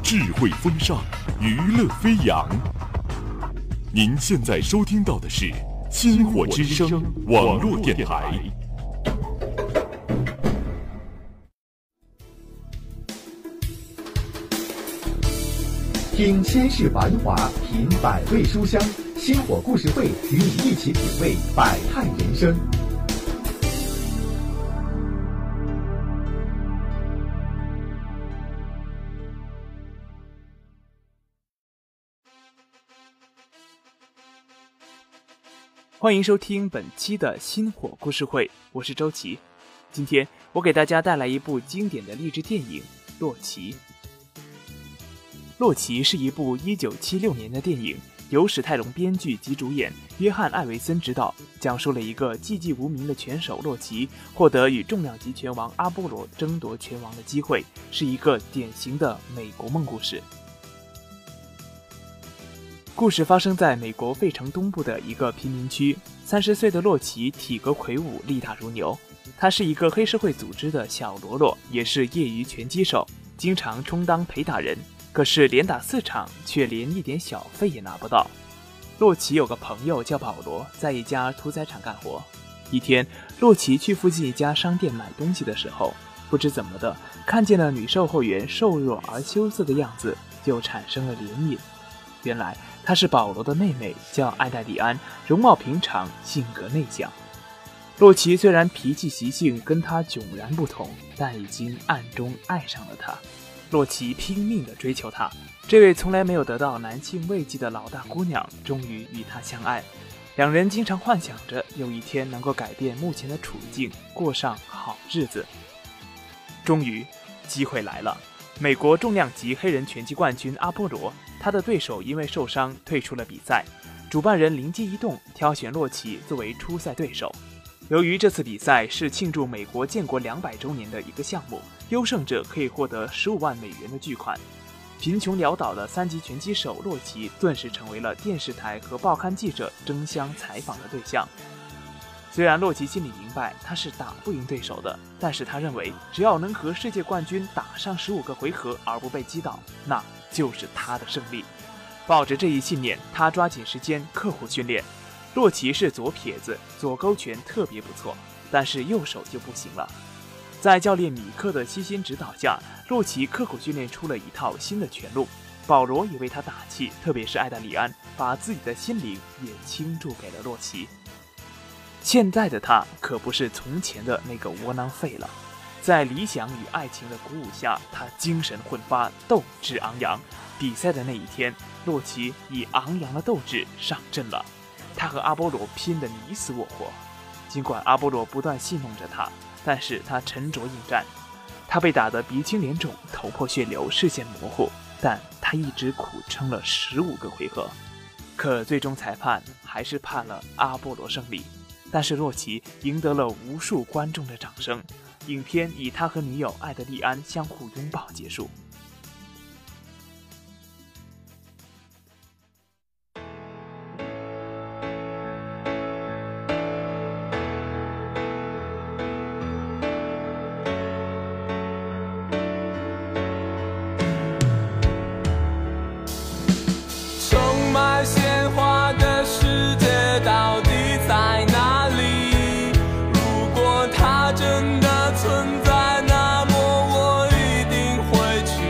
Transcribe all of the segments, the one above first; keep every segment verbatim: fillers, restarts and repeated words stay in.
智慧风尚，娱乐飞扬。您现在收听到的是星火之声网络电台。 听千世繁华，品百味书香。星火故事会与你一起品味百态人生。 欢迎收听本期的星火故事会，我是周琦。今天我给大家带来一部经典的励志电影《洛奇》。《洛奇》是一部一九七六年的电影，由史泰龙编剧及主演，约翰·艾维森执导，讲述了一个寂寂无名的拳手洛奇获得与重量级拳王阿波罗争夺拳王的机会，是一个典型的美国梦故事。故事发生在美国费城东部的一个贫民区。三十岁的洛奇体格魁梧，力大如牛。他是一个黑社会组织的小喽啰，也是业余拳击手，经常充当陪打人。可是连打四场，却连一点小费也拿不到。洛奇有个朋友叫保罗，在一家屠宰场干活。一天，洛奇去附近一家商店买东西的时候，不知怎么的，看见了女售货员瘦弱而羞涩的样子，就产生了怜悯。原来她是保罗的妹妹，叫艾黛莉安，容貌平常，性格内向。洛奇虽然脾气习性跟她迥然不同，但已经暗中爱上了她。洛奇拼命地追求她，这位从来没有得到男性慰藉的老大姑娘终于与他相爱。两人经常幻想着有一天能够改变目前的处境，过上好日子。终于机会来了，美国重量级黑人拳击冠军阿波罗，他的对手因为受伤退出了比赛，主办人灵机一动，挑选洛奇作为出赛对手。由于这次比赛是庆祝美国建国两百周年的一个项目，优胜者可以获得十五万美元的巨款。贫穷潦倒的三级拳击手洛奇顿时成为了电视台和报刊记者争相采访的对象。虽然洛奇心里明白他是打不赢对手的，但是他认为只要能和世界冠军打上十五个回合而不被击倒，那就是他的胜利。抱着这一信念，他抓紧时间刻苦训练。洛奇是左撇子，左勾拳特别不错，但是右手就不行了。在教练米克的悉心指导下，洛奇刻苦训练出了一套新的拳路。保罗也为他打气，特别是艾黛莉安，把自己的心灵也倾注给了洛奇。现在的他可不是从前的那个窝囊废了，在理想与爱情的鼓舞下，他精神焕发，斗志昂扬。比赛的那一天，洛奇以昂扬的斗志上阵了。他和阿波罗拼得你死我活，尽管阿波罗不断戏弄着他，但是他沉着应战。他被打得鼻青脸肿，头破血流，视线模糊，但他一直苦撑了十五个回合。可最终裁判还是判了阿波罗胜利，但是洛奇赢得了无数观众的掌声。影片以他和女友艾德莉安相互拥抱结束。 鲜花的世界到底在哪里？如果它真的存在，那么我一定会去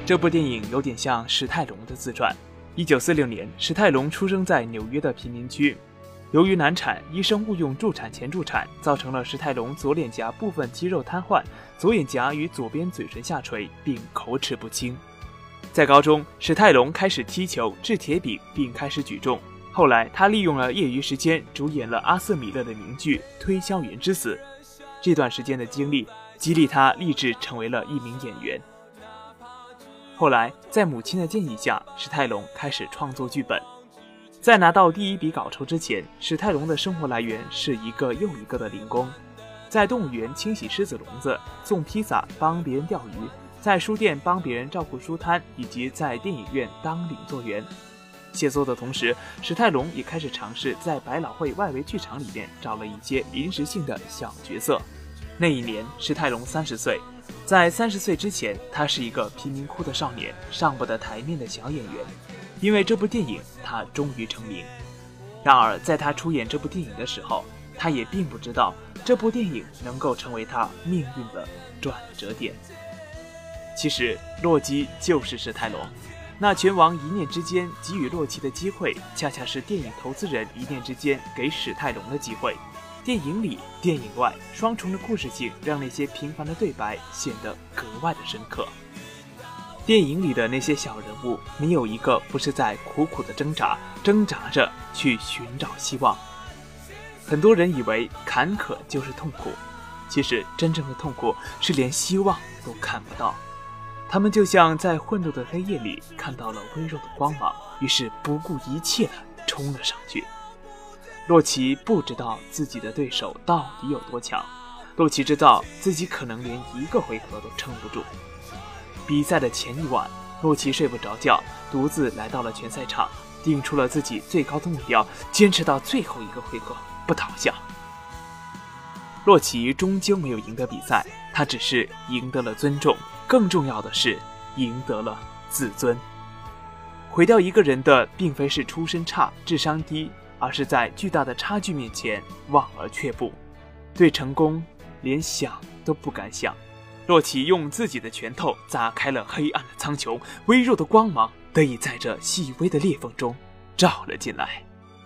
这部电影有点像史泰龙的自传。一九四六年，史泰龙出生在纽约的贫民区。由于难产，医生误用助产钳助产，造成了史泰龙左脸颊部分肌肉瘫痪，左眼颊与左边嘴唇下垂，并口齿不清。在高中，史泰龙开始踢球、掷铁饼，并开始举重。后来，他利用了业余时间主演了阿瑟米勒的名剧《推销员之死》。这段时间的经历激励他立志成为了一名演员。后来，在母亲的建议下，史泰龙开始创作剧本。在拿到第一笔稿酬之前，史泰龙的生活来源是一个又一个的零工，在动物园清洗狮子笼子，送披萨，帮别人钓鱼，在书店帮别人照顾书摊，以及在电影院当领座员。写作的同时，史泰龙也开始尝试在百老汇外围剧场里面找了一些临时性的小角色。那一年，史泰龙三十岁，在三十岁之前，他是一个贫民窟的少年，上不得台面的小演员。因为这部电影，他终于成名。然而，在他出演这部电影的时候，他也并不知道这部电影能够成为他命运的转折点。其实，洛基就是史泰龙。那拳王一念之间给予洛奇的机会，恰恰是电影投资人一念之间给史泰龙的机会。电影里、电影外双重的故事性，让那些平凡的对白显得格外的深刻。电影里的那些小人物，没有一个不是在苦苦的挣扎，挣扎着去寻找希望。很多人以为坎坷就是痛苦，其实真正的痛苦是连希望都看不到。他们就像在混沌的黑夜里看到了微弱的光芒，于是不顾一切地冲了上去。洛奇不知道自己的对手到底有多强，洛奇知道自己可能连一个回合都撑不住。比赛的前一晚，洛奇睡不着觉，独自来到了拳赛场，定出了自己最高的目标，坚持到最后一个回合，不倒下。洛奇终究没有赢得比赛，他只是赢得了尊重，更重要的是赢得了自尊。毁掉一个人的并非是出身差、智商低，而是在巨大的差距面前望而却步，对成功连想都不敢想。洛奇用自己的拳头砸开了黑暗的苍穹，微弱的光芒得以在这细微的裂缝中照了进来。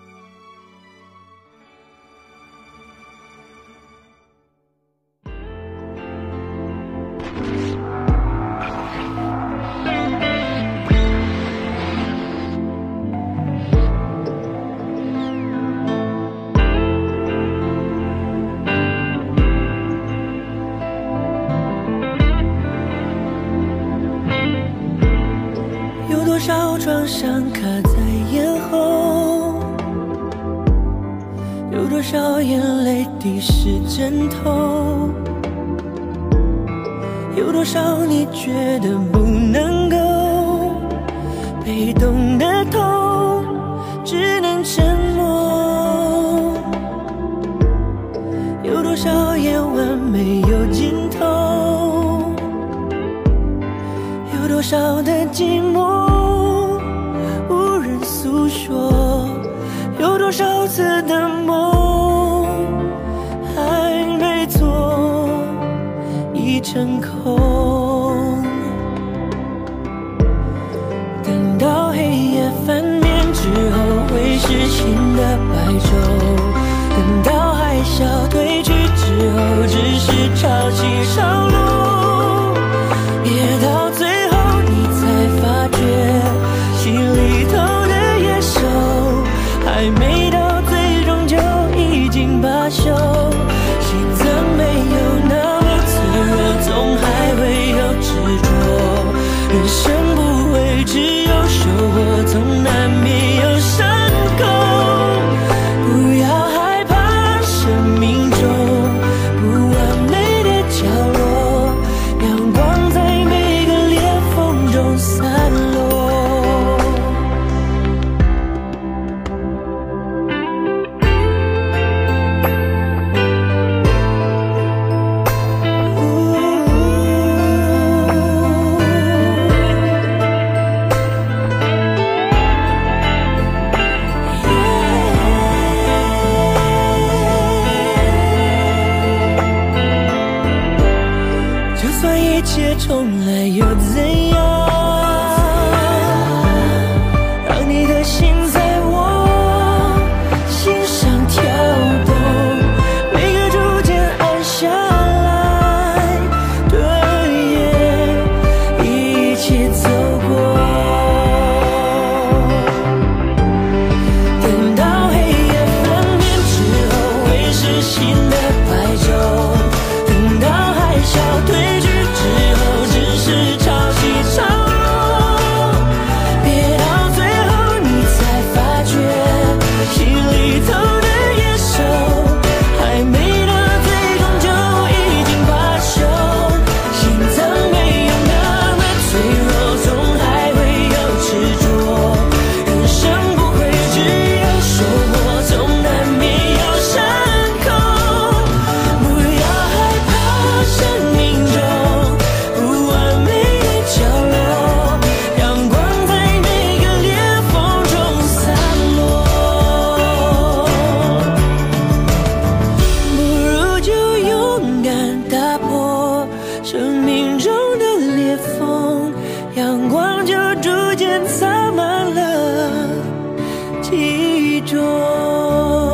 创伤卡在咽喉，有多少眼泪滴湿枕头，有多少你觉得不能够，被动的痛只能沉默，有多少夜晚没有尽头，有多少的寂寞诉说，有多少次的梦还没做已成空。等到黑夜翻面之后，会是新的白昼。等到海啸退去之后，只是潮起潮落。别到最后你才发觉，心里头还没到最终就已经罢休，心脏没有那么脆弱，总还会有执着。人生不会只有收获，总难免有伤口。不要害怕生命中不完美的角落，阳光在每个裂缝中散落。重来又怎样？ 一种。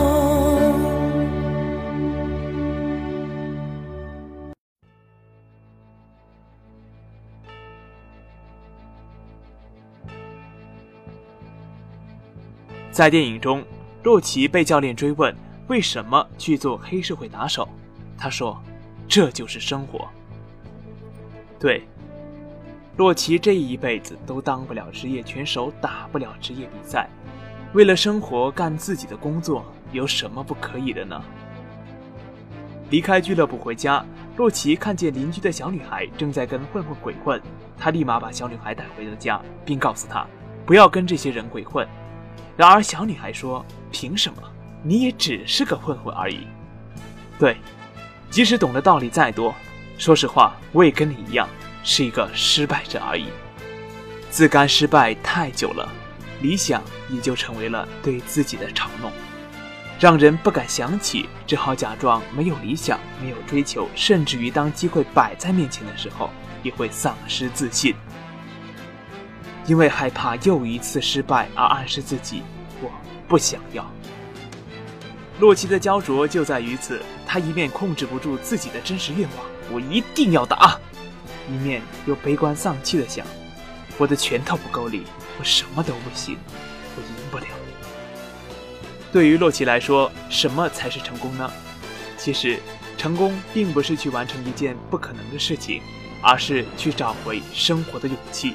在电影中，洛奇被教练追问为什么去做黑社会打手，他说：“这就是生活。”对，洛奇这一辈子都当不了职业拳手，打不了职业比赛，为了生活干自己的工作，有什么不可以的呢？离开俱乐部回家，洛奇看见邻居的小女孩正在跟混混鬼混，他立马把小女孩带回了家，并告诉她不要跟这些人鬼混。然而小女孩说：“凭什么？你也只是个混混而已。”对，即使懂得道理再多，说实话，我也跟你一样，是一个失败者而已。自甘失败太久了，理想也就成为了对自己的嘲弄，让人不敢想起，只好假装没有理想，没有追求，甚至于当机会摆在面前的时候，也会丧失自信。因为害怕又一次失败而暗示自己我不想要。洛奇的焦灼就在于此，他一面控制不住自己的真实愿望，我一定要打，一面又悲观丧气的想，我的拳头不够力，我什么都不行，我赢不了。对于洛奇来说，什么才是成功呢？其实成功并不是去完成一件不可能的事情，而是去找回生活的勇气。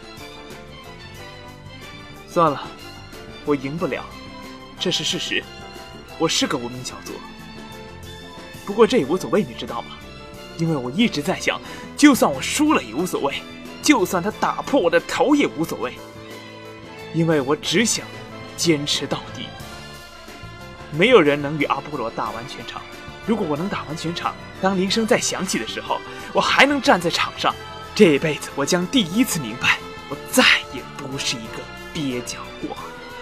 算了，我赢不了，这是事实，我是个无名小卒。不过这也无所谓，你知道吗？因为我一直在想，就算我输了也无所谓，就算他打破我的头也无所谓，因为我只想坚持到底。没有人能与阿波罗打完全场，如果我能打完全场，当铃声再响起的时候，我还能站在场上，这辈子我将第一次明白，我再也不是一个蹩脚货。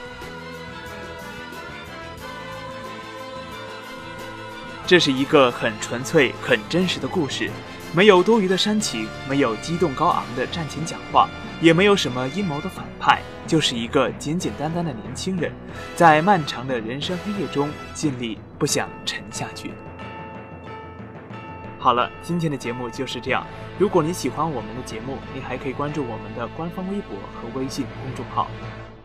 这是一个很纯粹、很真实的故事，没有多余的煽情，没有激动高昂的站前讲话，也没有什么阴谋的反派，就是一个简简单单的年轻人，在漫长的人生黑夜中尽力不想沉下去。好了，今天的节目就是这样。如果你喜欢我们的节目，你还可以关注我们的官方微博和微信公众号。